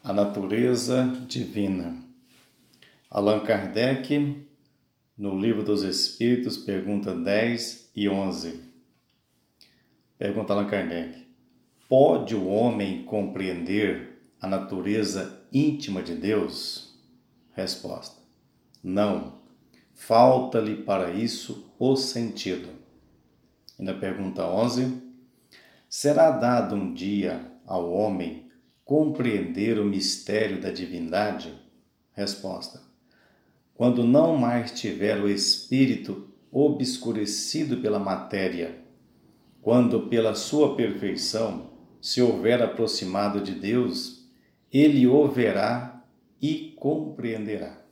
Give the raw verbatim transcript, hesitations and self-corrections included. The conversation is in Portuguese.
A natureza divina. Allan Kardec, no Livro dos Espíritos, pergunta dez e onze. Pergunta Allan Kardec: pode o homem compreender a natureza íntima de Deus? Resposta: não. Falta-lhe para isso o sentido. E na pergunta onze: será dado um dia ao homem compreender o mistério da divindade? Resposta: quando não mais tiver o espírito obscurecido pela matéria, quando pela sua perfeição se houver aproximado de Deus, ele o verá e compreenderá.